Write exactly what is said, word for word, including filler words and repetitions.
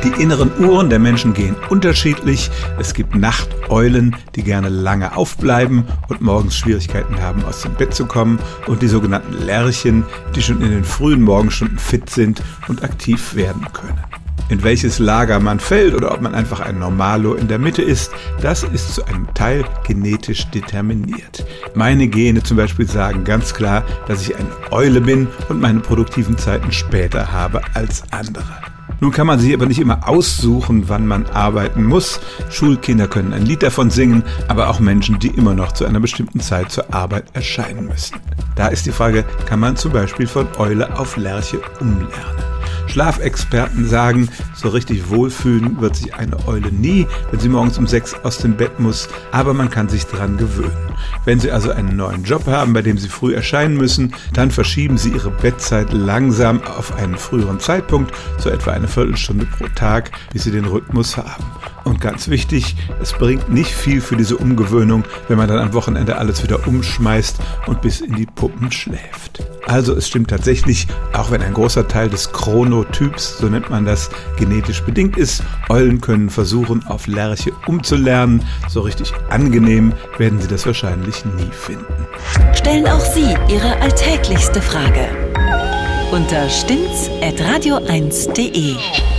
Die inneren Uhren der Menschen gehen unterschiedlich. Es gibt Nachteulen, die gerne lange aufbleiben und morgens Schwierigkeiten haben, aus dem Bett zu kommen. Und die sogenannten Lerchen, die schon in den frühen Morgenstunden fit sind und aktiv werden können. In welches Lager man fällt oder ob man einfach ein Normalo in der Mitte ist, das ist zu einem Teil genetisch determiniert. Meine Gene zum Beispiel sagen ganz klar, dass ich eine Eule bin und meine produktiven Zeiten später habe als andere. Nun kann man sich aber nicht immer aussuchen, wann man arbeiten muss. Schulkinder können ein Lied davon singen, aber auch Menschen, die immer noch zu einer bestimmten Zeit zur Arbeit erscheinen müssen. Da ist die Frage, kann man zum Beispiel von Eule auf Lerche umlernen? Schlafexperten sagen, so richtig wohlfühlen wird sich eine Eule nie, wenn sie morgens um sechs aus dem Bett muss, aber man kann sich dran gewöhnen. Wenn Sie also einen neuen Job haben, bei dem Sie früh erscheinen müssen, dann verschieben Sie Ihre Bettzeit langsam auf einen früheren Zeitpunkt, so etwa eine Viertelstunde pro Tag, bis Sie den Rhythmus haben. Und ganz wichtig, es bringt nicht viel für diese Umgewöhnung, wenn man dann am Wochenende alles wieder umschmeißt und bis in die Puppen schläft. Also es stimmt tatsächlich, auch wenn ein großer Teil des Chronotyps, so nennt man das, genetisch bedingt ist, Eulen können versuchen, auf Lerche umzulernen. So richtig angenehm werden sie das wahrscheinlich nie finden. Stellen auch Sie Ihre alltäglichste Frage unter stimmt's at radio eins punkt de.